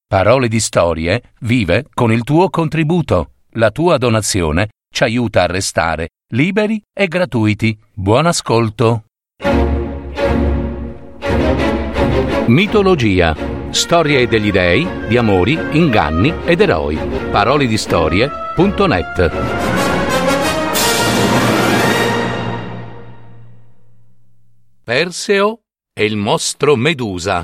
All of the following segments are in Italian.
Parole di Storie vive con il tuo contributo. La tua donazione ci aiuta a restare liberi e gratuiti. Buon ascolto. Mitologia. Storie degli dei, di amori, inganni ed eroi. Paroledistorie.net. Perseo e il mostro Medusa.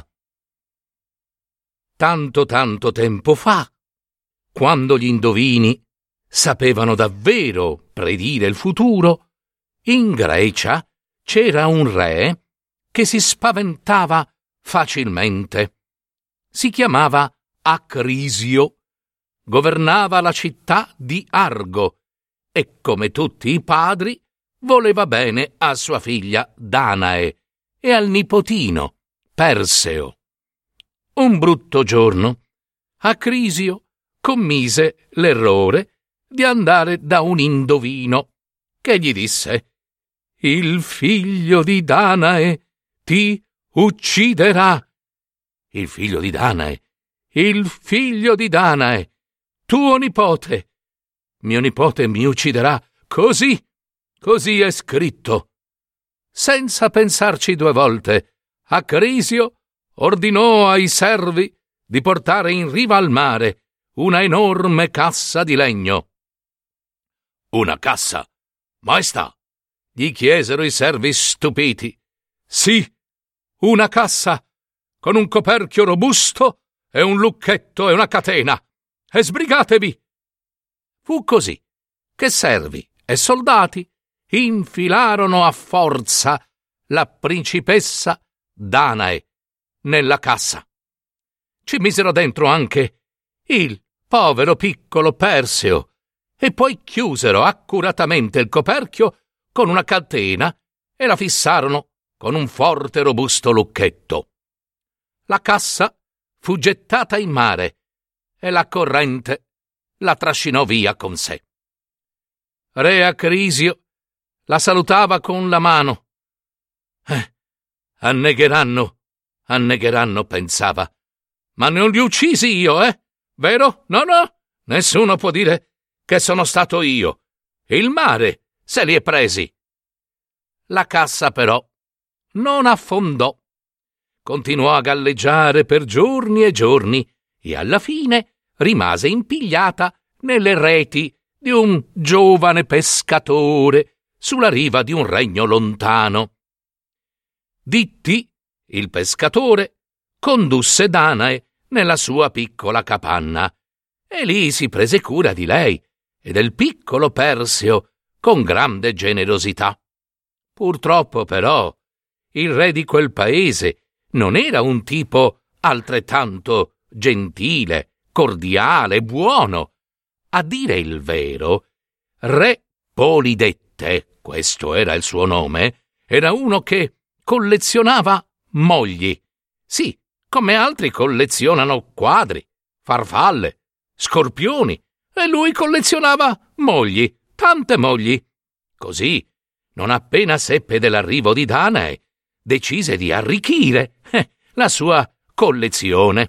Tanto tempo fa, quando gli indovini sapevano davvero predire il futuro, in Grecia c'era un re che si spaventava facilmente. Si chiamava Acrisio, governava la città di Argo e, come tutti i padri, voleva bene a sua figlia Danae e al nipotino Perseo. Un brutto giorno, Acrisio commise l'errore di andare da un indovino che gli disse: «Il figlio di Danae ti ucciderà». Il figlio di Danae, tuo nipote. Mio nipote mi ucciderà, così è scritto. Senza pensarci due volte, Acrisio ordinò ai servi di portare in riva al mare una enorme cassa di legno. «Una cassa, maestà?» gli chiesero i servi stupiti. «Sì, una cassa, con un coperchio robusto e un lucchetto e una catena, e sbrigatevi!» Fu così che servi e soldati infilarono a forza la principessa Danae nella cassa. Ci misero dentro anche il povero piccolo Perseo e poi chiusero accuratamente il coperchio con una catena e la fissarono con un forte e robusto lucchetto. La cassa fu gettata in mare e la corrente la trascinò via con sé. Re Acrisio la salutava con la mano. Annegheranno, pensava. «Ma non li uccisi io, Vero? No, nessuno può dire che sono stato io. Il mare se li è presi». La cassa però non affondò. Continuò a galleggiare per giorni e giorni e alla fine rimase impigliata nelle reti di un giovane pescatore sulla riva di un regno lontano. Ditti, il pescatore, condusse Danae nella sua piccola capanna e lì si prese cura di lei e del piccolo Perseo con grande generosità. Purtroppo, però, il re di quel paese non era un tipo altrettanto gentile, cordiale, buono. A dire il vero, Re Polidette, questo era il suo nome, era uno che collezionava mogli. Sì, come altri collezionano quadri, farfalle, scorpioni, e lui collezionava mogli, tante mogli. Così, non appena seppe dell'arrivo di Danae, decise di arricchire la sua collezione.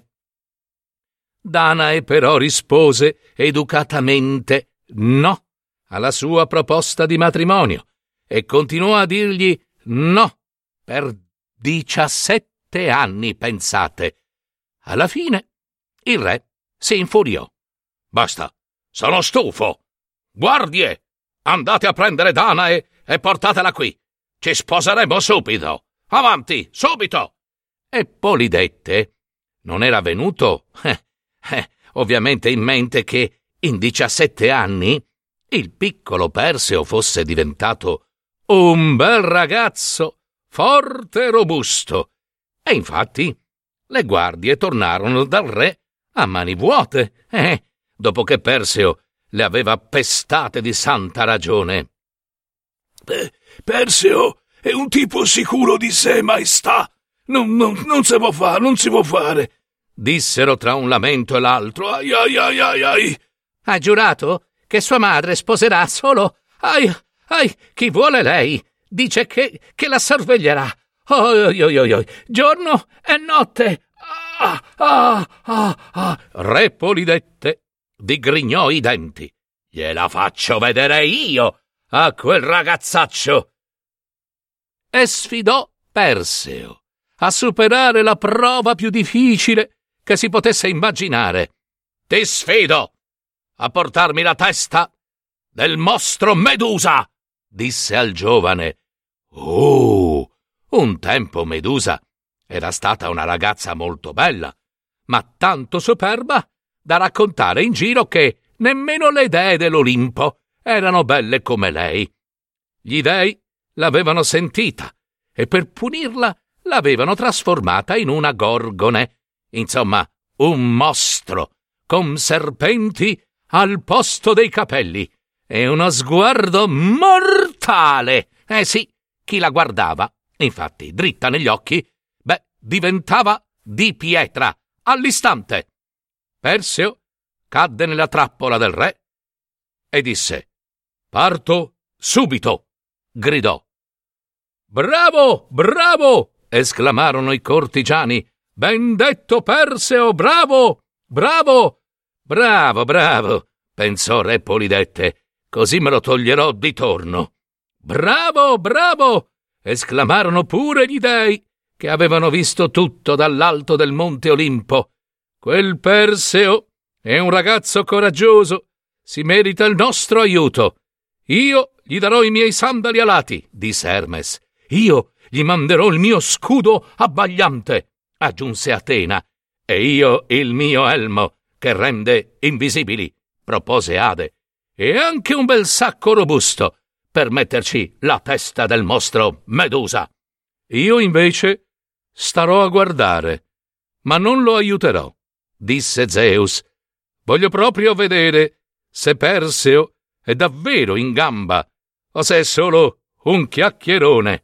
Danae però rispose educatamente no alla sua proposta di matrimonio e continuò a dirgli no per 17 anni, pensate. Alla fine il re si infuriò. «Basta, sono stufo! Guardie, andate a prendere Danae e portatela qui. Ci sposeremo subito. Avanti, subito!» E Polidette non era venuto, ovviamente, in mente che in 17 anni il piccolo Perseo fosse diventato un bel ragazzo, forte e robusto. E infatti le guardie tornarono dal re a mani vuote, dopo che Perseo le aveva pestate di santa ragione. «Perseo è un tipo sicuro di sé, maestà. Non si può fare», dissero tra un lamento e l'altro. «Ai. Ha giurato che sua madre sposerà solo... Ai, chi vuole lei? Dice che la sorveglierà. Giorno e notte. Re Polidette digrignò i denti. «Gliela faccio vedere io a quel ragazzaccio!» E sfidò Perseo a superare la prova più difficile che si potesse immaginare. «Ti sfido a portarmi la testa del mostro Medusa!» disse al giovane. Un tempo Medusa era stata una ragazza molto bella, ma tanto superba da raccontare in giro che nemmeno le dee dell'Olimpo erano belle come lei. Gli dei l'avevano sentita e per punirla l'avevano trasformata in una gorgone, insomma un mostro con serpenti al posto dei capelli e uno sguardo mortale. Sì, chi la guardava, infatti, dritta negli occhi, diventava di pietra all'istante. Perseo cadde nella trappola del re e disse: «Parto subito!» gridò. «Bravo, bravo!» esclamarono i cortigiani. «Ben detto, Perseo, bravo, bravo!» «Bravo, bravo!» pensò Re Polidette, «così me lo toglierò di torno!» «Bravo, bravo!» esclamarono pure gli dei, che avevano visto tutto dall'alto del monte Olimpo. «Quel Perseo è un ragazzo coraggioso, si merita il nostro aiuto. Io gli darò i miei sandali alati», disse Hermes. «Io gli manderò il mio scudo abbagliante», aggiunse Atena. «E io il mio elmo, che rende invisibili», propose Ade. «E anche un bel sacco robusto per metterci la testa del mostro Medusa. Io invece starò a guardare, ma non lo aiuterò», disse Zeus. «Voglio proprio vedere se Perseo è davvero in gamba o se è solo un chiacchierone».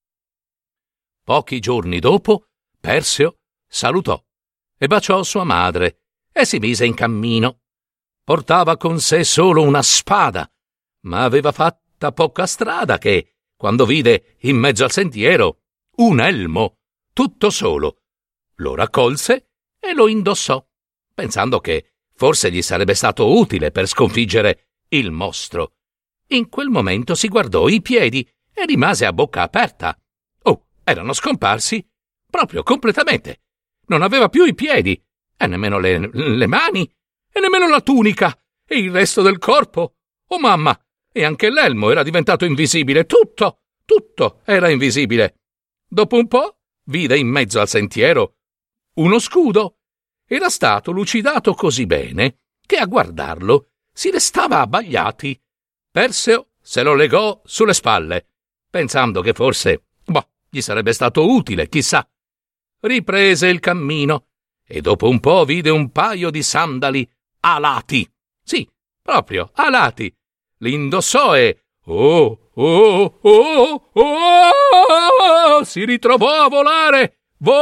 Pochi giorni dopo, Perseo salutò e baciò sua madre e si mise in cammino. Portava con sé solo una spada, ma aveva fatta poca strada che, quando vide in mezzo al sentiero un elmo tutto solo, lo raccolse e lo indossò, pensando che forse gli sarebbe stato utile per sconfiggere il mostro. In quel momento si guardò i piedi e rimase a bocca aperta. Erano scomparsi proprio completamente. Non aveva più i piedi, e nemmeno le mani, e nemmeno la tunica, e il resto del corpo. Oh mamma! E anche l'elmo era diventato invisibile. Tutto era invisibile. Dopo un po' vide in mezzo al sentiero uno scudo. Era stato lucidato così bene che a guardarlo si restava abbagliati. Perseo se lo legò sulle spalle, pensando che forse gli sarebbe stato utile, chissà. Riprese il cammino e dopo un po' vide un paio di sandali alati. Sì, proprio alati. Li indossò e si ritrovò a volare.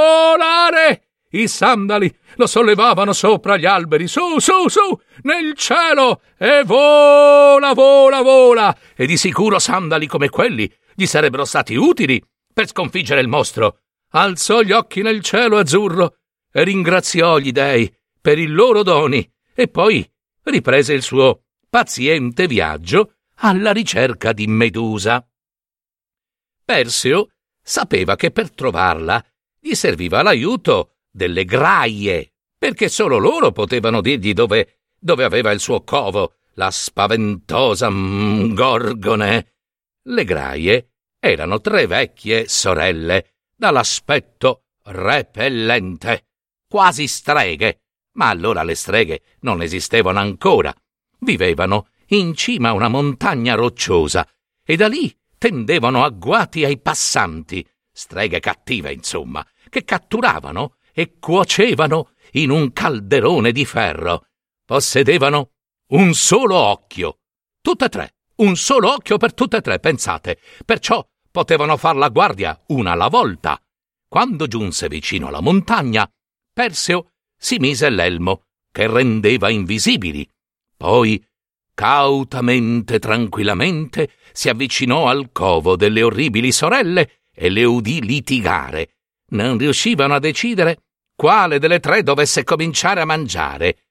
I sandali lo sollevavano sopra gli alberi, su, nel cielo, e vola. E di sicuro sandali come quelli gli sarebbero stati utili per sconfiggere il mostro. Alzò gli occhi nel cielo azzurro e ringraziò gli dei per i loro doni e poi riprese il suo paziente viaggio alla ricerca di Medusa. Perseo sapeva che per trovarla gli serviva l'aiuto delle graie, perché solo loro potevano dirgli dove aveva il suo covo la spaventosa gorgone. Le graie erano 3 vecchie sorelle, dall'aspetto repellente, quasi streghe, ma allora le streghe non esistevano ancora. Vivevano in cima a una montagna rocciosa e da lì tendevano agguati ai passanti, streghe cattive insomma, che catturavano e cuocevano in un calderone di ferro. Possedevano un solo occhio, tutte e 3, un solo occhio per tutte e 3, pensate, perciò potevano far la guardia una alla volta. Quando giunse vicino alla montagna, Perseo si mise l'elmo che rendeva invisibili. Poi, cautamente, tranquillamente, si avvicinò al covo delle orribili sorelle e le udì litigare. Non riuscivano a decidere quale delle 3 dovesse cominciare a mangiare.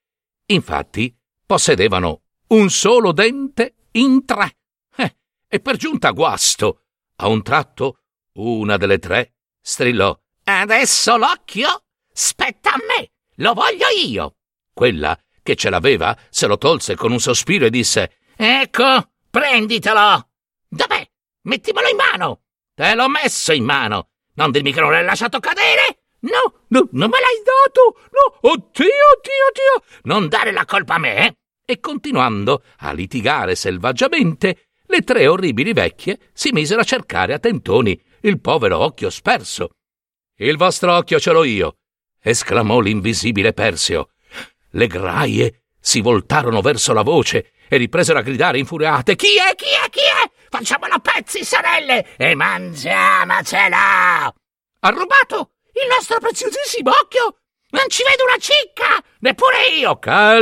Infatti, possedevano un solo dente in 3. E per giunta guasto, a un tratto, una delle 3 strillò: «Adesso l'occhio spetta a me, lo voglio io!» Quella che ce l'aveva se lo tolse con un sospiro e disse: «Ecco, prenditelo!» «Dov'è? Mettimelo in mano!» «Te l'ho messo in mano! Non dirmi che non l'hai lasciato cadere!» «No, non me l'hai dato! No, oddio! Non dare la colpa a me!» E continuando a litigare selvaggiamente, le 3 orribili vecchie si misero a cercare a tentoni il povero occhio sperso. «Il vostro occhio ce l'ho io!» esclamò l'invisibile Persio. Le graie si voltarono verso la voce e ripresero a gridare infuriate: «Chi è? Facciamolo a pezzi, sorelle, e mangiamocelo! Ha rubato il nostro preziosissimo occhio! Non ci vedo una cicca, neppure io!»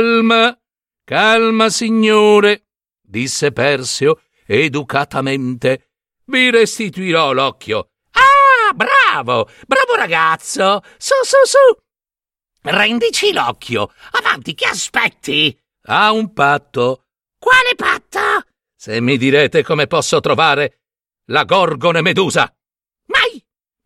Calma, signore, disse Persio educatamente. «Vi restituirò l'occhio.» «Ah, bravo ragazzo! Su! Rendici l'occhio! Avanti, che aspetti?» «A un patto.» «Quale patto?» «Se mi direte come posso trovare la Gorgone Medusa.» Mai!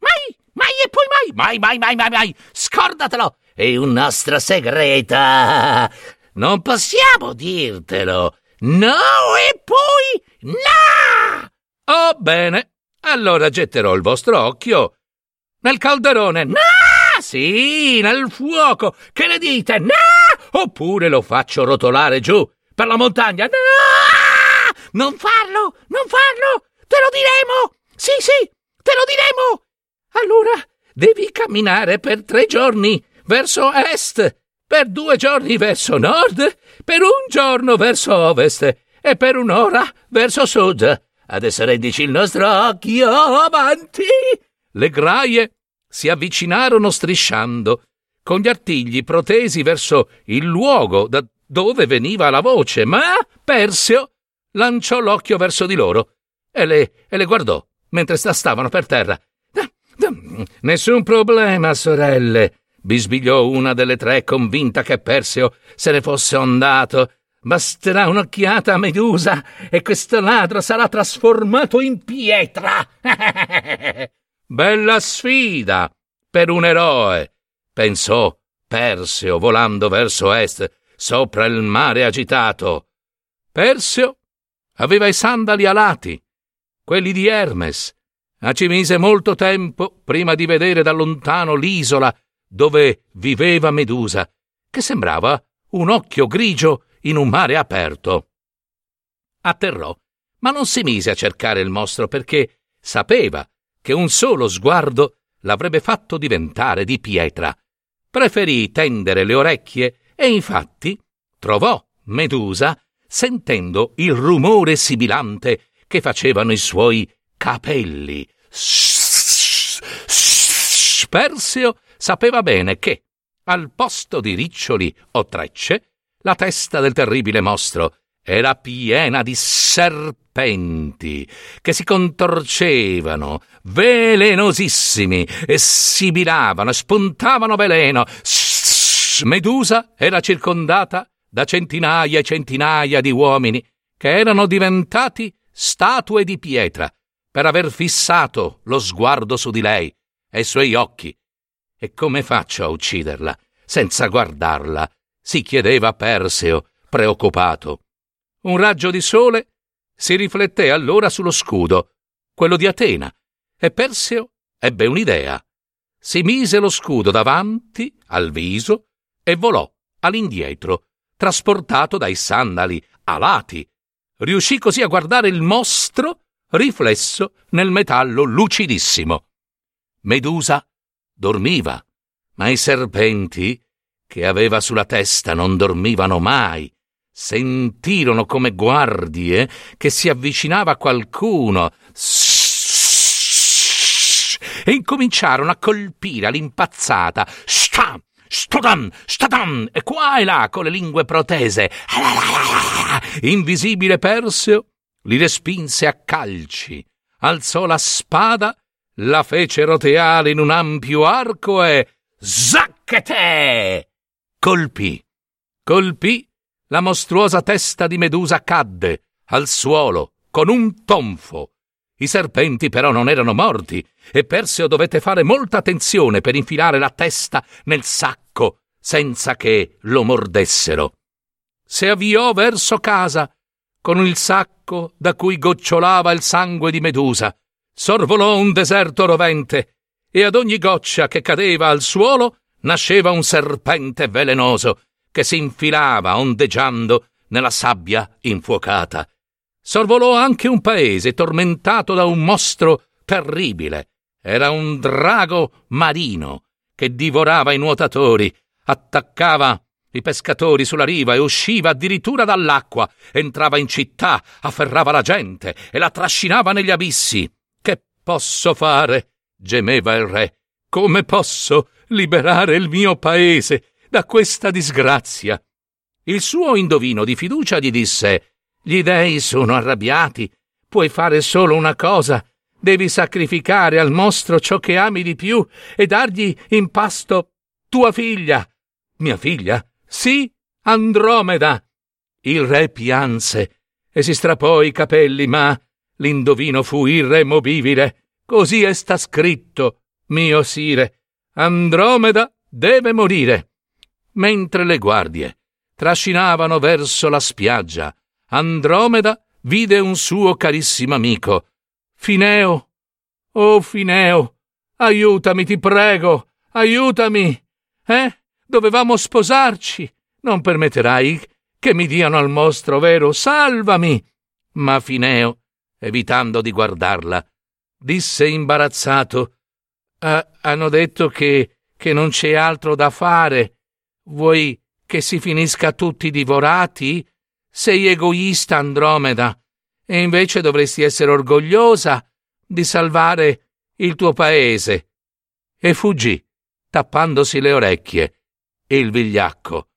E poi mai! Scordatelo! È un nostro segreto! Non possiamo dirtelo! No, e poi no!» «Oh, bene, allora getterò il vostro occhio nel calderone.» «No! Sì, nel fuoco! Che ne dite? No! Oppure lo faccio rotolare giù per la montagna.» «No! Non farlo! Te lo diremo! Sì, te lo diremo! Allora devi camminare per 3 giorni verso est, per 2 giorni verso nord, per 1 giorno verso ovest e per 1 ora verso sud. Adesso rendici il nostro occhio, avanti!» Le graie si avvicinarono strisciando, con gli artigli protesi verso il luogo da dove veniva la voce, ma Persio lanciò l'occhio verso di loro e le guardò mentre stavano per terra. «Nessun problema, sorelle», bisbigliò una delle 3, convinta che Persio se ne fosse andato. «Basterà un'occhiata a Medusa e questo ladro sarà trasformato in pietra.» «Bella sfida per un eroe», pensò Persio volando verso est, sopra il mare agitato. Persio aveva i sandali alati, quelli di Hermes, ma ci mise molto tempo prima di vedere da lontano l'isola dove viveva Medusa, che sembrava un occhio grigio in un mare aperto. Atterrò, ma non si mise a cercare il mostro perché sapeva che un solo sguardo l'avrebbe fatto diventare di pietra. Preferì tendere le orecchie e infatti trovò Medusa sentendo il rumore sibilante che facevano i suoi capelli. Persio sapeva bene che, al posto di riccioli o trecce, la testa del terribile mostro era piena di serpenti che si contorcevano, velenosissimi, e sibilavano e spuntavano veleno. Medusa era circondata da centinaia e centinaia di uomini che erano diventati statue di pietra per aver fissato lo sguardo su di lei e i suoi occhi. «E come faccio a ucciderla senza guardarla?» si chiedeva Perseo, preoccupato. Un raggio di sole si rifletté allora sullo scudo, quello di Atena, e Perseo ebbe un'idea. Si mise lo scudo davanti al viso e volò all'indietro, trasportato dai sandali alati. Riuscì così a guardare il mostro riflesso nel metallo lucidissimo. Medusa dormiva, ma i serpenti che aveva sulla testa non dormivano mai. Sentirono come guardie che si avvicinava qualcuno e incominciarono a colpire all'impazzata, stadam, e qua e là con le lingue protese. Invisibile Perseo li respinse a calci, alzò la spada, la fece roteare in un ampio arco e zacchete! Colpì colpì, la mostruosa testa di Medusa cadde al suolo con un tonfo. I serpenti però non erano morti e Perseo dovette fare molta attenzione per infilare la testa nel sacco senza che lo mordessero. Si avviò verso casa con il sacco da cui gocciolava il sangue di Medusa. Sorvolò un deserto rovente e ad ogni goccia che cadeva al suolo nasceva un serpente velenoso che si infilava ondeggiando nella sabbia infuocata. Sorvolò anche un paese tormentato da un mostro terribile. Era un drago marino che divorava i nuotatori, attaccava i pescatori sulla riva e usciva addirittura dall'acqua, entrava in città, afferrava la gente e la trascinava negli abissi. «Che posso fare?» gemeva il re. «Come posso liberare il mio paese da questa disgrazia?» Il suo indovino di fiducia gli disse: «Gli dei sono arrabbiati. Puoi fare solo una cosa. Devi sacrificare al mostro ciò che ami di più e dargli in pasto tua figlia». «Mia figlia?» «Sì, Andromeda». Il re pianse e si strappò i capelli, ma l'indovino fu irremovibile. «Così è sta scritto, mio sire. Andromeda deve morire». Mentre le guardie trascinavano verso la spiaggia, Andromeda vide un suo carissimo amico. «Fineo, oh Fineo, aiutami, ti prego, aiutami! Dovevamo sposarci. Non permetterai che mi diano al mostro, vero? Salvami!» Ma Fineo, evitando di guardarla, disse imbarazzato: «Hanno detto che non c'è altro da fare. Vuoi che si finisca tutti divorati? Sei egoista, Andromeda, e invece dovresti essere orgogliosa di salvare il tuo paese». E fuggì, tappandosi le orecchie e il vigliacco.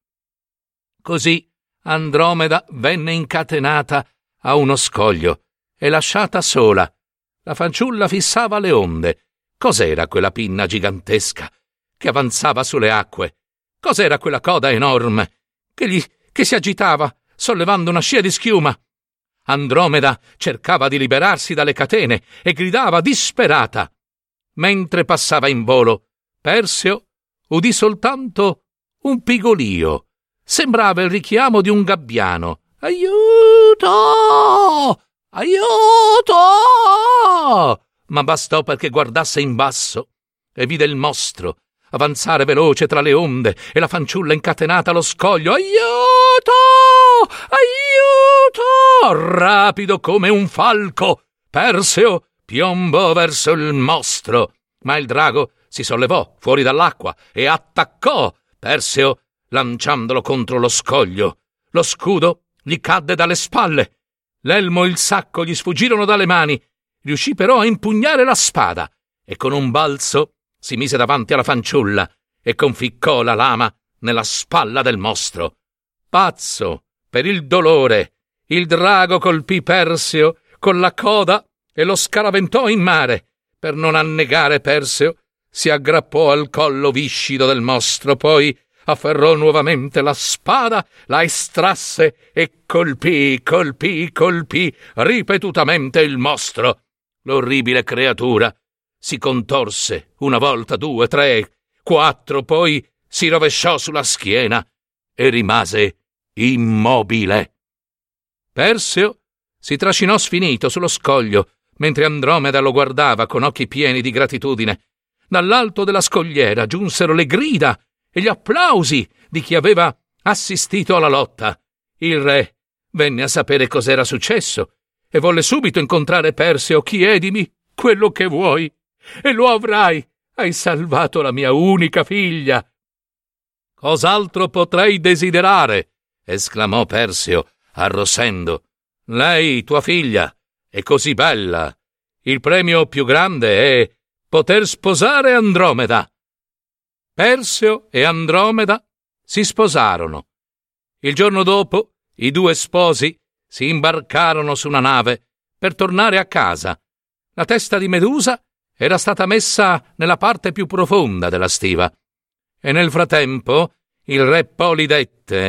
Così Andromeda venne incatenata a uno scoglio e lasciata sola. La fanciulla fissava le onde. Cos'era quella pinna gigantesca che avanzava sulle acque? Cos'era quella coda enorme che si agitava, sollevando una scia di schiuma? Andromeda cercava di liberarsi dalle catene e gridava disperata. Mentre passava in volo, Perseo udì soltanto un pigolio. Sembrava il richiamo di un gabbiano. «Aiuto! Aiuto!» Ma bastò perché guardasse in basso e vide il mostro avanzare veloce tra le onde e la fanciulla incatenata allo scoglio. «Aiuto! Aiuto!» Rapido come un falco, Perseo piombò verso il mostro, ma il drago si sollevò fuori dall'acqua e attaccò Perseo lanciandolo contro lo scoglio. Lo scudo gli cadde dalle spalle. L'elmo e il sacco gli sfuggirono dalle mani. Riuscì però a impugnare la spada e con un balzo si mise davanti alla fanciulla e conficcò la lama nella spalla del mostro. Pazzo per il dolore, il drago colpì Perseo con la coda e lo scaraventò in mare. Per non annegare Perseo, si aggrappò al collo viscido del mostro, poi afferrò nuovamente la spada, la estrasse e colpì ripetutamente il mostro. L'orribile creatura si contorse una volta, 2, 3, 4, poi si rovesciò sulla schiena e rimase immobile. Perseo si trascinò sfinito sullo scoglio, mentre Andromeda lo guardava con occhi pieni di gratitudine. Dall'alto della scogliera giunsero le grida e gli applausi di chi aveva assistito alla lotta. Il re venne a sapere cos'era successo e volle subito incontrare Perseo. «Chiedimi quello che vuoi e lo avrai. Hai salvato la mia unica figlia». «Cos'altro potrei desiderare?» esclamò Perseo, arrossendo. «Lei, tua figlia, è così bella. Il premio più grande è poter sposare Andromeda». Perseo e Andromeda si sposarono. Il giorno dopo i due sposi si imbarcarono su una nave per tornare a casa. La testa di Medusa era stata messa nella parte più profonda della stiva e nel frattempo il re Polidette,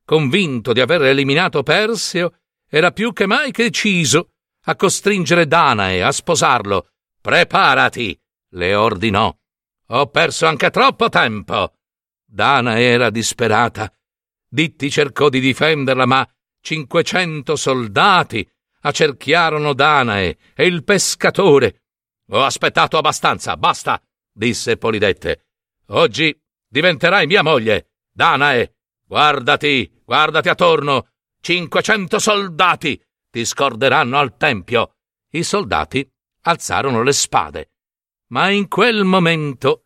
convinto di aver eliminato Perseo, era più che mai deciso a costringere Danae a sposarlo. «Preparati!» le ordinò. «Ho perso anche troppo tempo!» Danae era disperata. Ditti cercò di difenderla, ma 500 soldati accerchiarono Danae e il pescatore. «Ho aspettato abbastanza, basta!» disse Polidette. «Oggi diventerai mia moglie. Danae, guardati attorno. 500 soldati ti scorderanno al tempio». I soldati alzarono le spade. Ma in quel momento,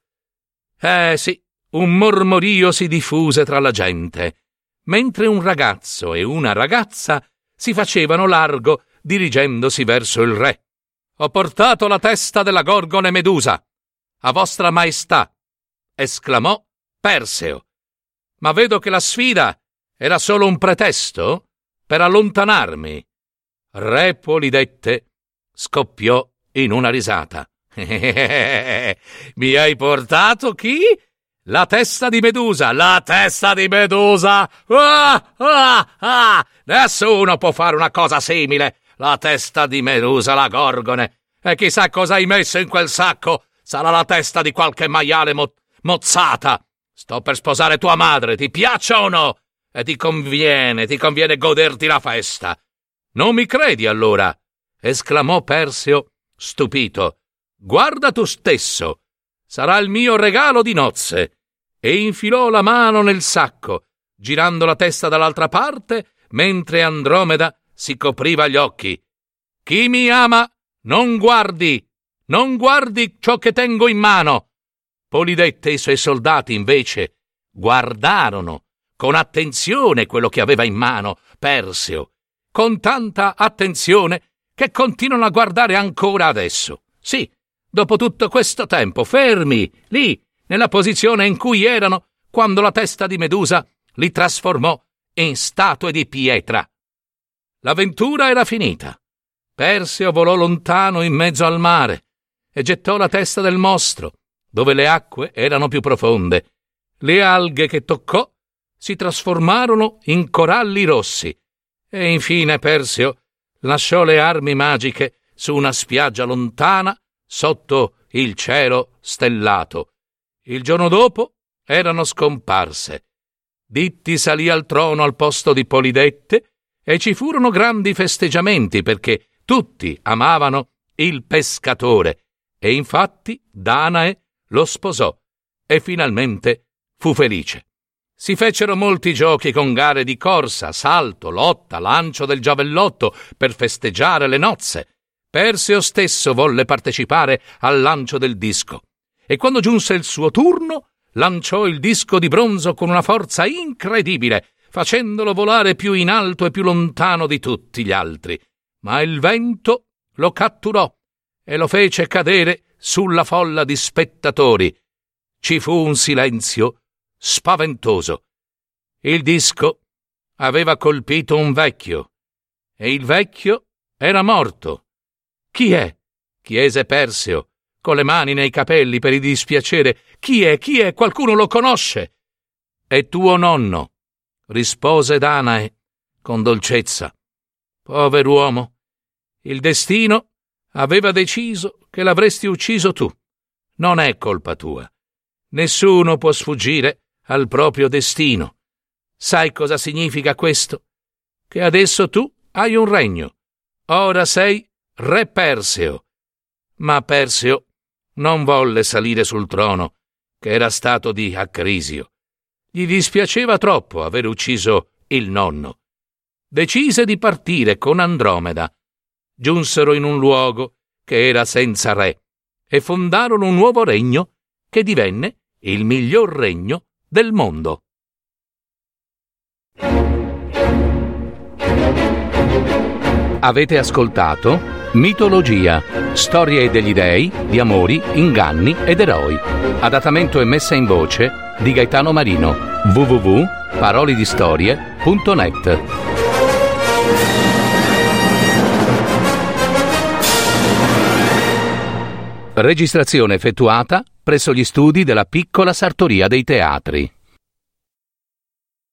un mormorio si diffuse tra la gente, mentre un ragazzo e una ragazza si facevano largo dirigendosi verso il re. «Ho portato la testa della Gorgone Medusa, a vostra maestà», esclamò Perseo. «Ma vedo che la sfida era solo un pretesto per allontanarmi». Re Polidette scoppiò in una risata. «Mi hai portato chi? La testa di Medusa, la testa di Medusa! Nessuno può fare una cosa simile! La testa di Medusa, la Gorgone! E chissà cosa hai messo in quel sacco! Sarà la testa di qualche maiale mozzata! Sto per sposare tua madre, ti piaccia o no? E ti conviene goderti la festa!» «Non mi credi allora?» esclamò Perseo, stupito. «Guarda tu stesso! Sarà il mio regalo di nozze!» E infilò la mano nel sacco, girando la testa dall'altra parte, mentre Andromeda si copriva gli occhi. «Chi mi ama, non guardi ciò che tengo in mano!» Polidette e i suoi soldati, invece, guardarono con attenzione quello che aveva in mano Perseo, con tanta attenzione che continuano a guardare ancora adesso. Sì, dopo tutto questo tempo, fermi, lì, nella posizione in cui erano quando la testa di Medusa li trasformò in statue di pietra. L'avventura era finita. Perseo volò lontano in mezzo al mare e gettò la testa del mostro, dove le acque erano più profonde. Le alghe che toccò si trasformarono in coralli rossi e infine Perseo lasciò le armi magiche su una spiaggia lontana sotto il cielo stellato. Il giorno dopo erano scomparse. Ditti salì al trono al posto di Polidette e ci furono grandi festeggiamenti perché tutti amavano il pescatore e infatti Danae lo sposò e finalmente fu felice. Si fecero molti giochi con gare di corsa, salto, lotta, lancio del giavellotto per festeggiare le nozze. Perseo stesso volle partecipare al lancio del disco e quando giunse il suo turno lanciò il disco di bronzo con una forza incredibile, facendolo volare più in alto e più lontano di tutti gli altri. Ma il vento lo catturò e lo fece cadere sulla folla di spettatori. Ci fu un silenzio spaventoso. Il disco aveva colpito un vecchio e il vecchio era morto. «Chi è?» chiese Perseo, con le mani nei capelli per il dispiacere. Chi è? Qualcuno lo conosce?» «È tuo nonno», rispose Danae con dolcezza. «Pover'uomo, il destino aveva deciso che l'avresti ucciso tu. Non è colpa tua. Nessuno può sfuggire al proprio destino. Sai cosa significa questo? Che adesso tu hai un regno. Ora sei re Perseo». Ma Perseo non volle salire sul trono, che era stato di Acrisio. Gli dispiaceva troppo aver ucciso il nonno. Decise di partire con Andromeda. Giunsero in un luogo che era senza re e fondarono un nuovo regno che divenne il miglior regno del mondo. Avete ascoltato Mitologia, storie degli dei, di amori, inganni ed eroi. Adattamento e messa in voce di Gaetano Marino. www.parolidistorie.net. Registrazione effettuata presso gli studi della Piccola Sartoria dei Teatri.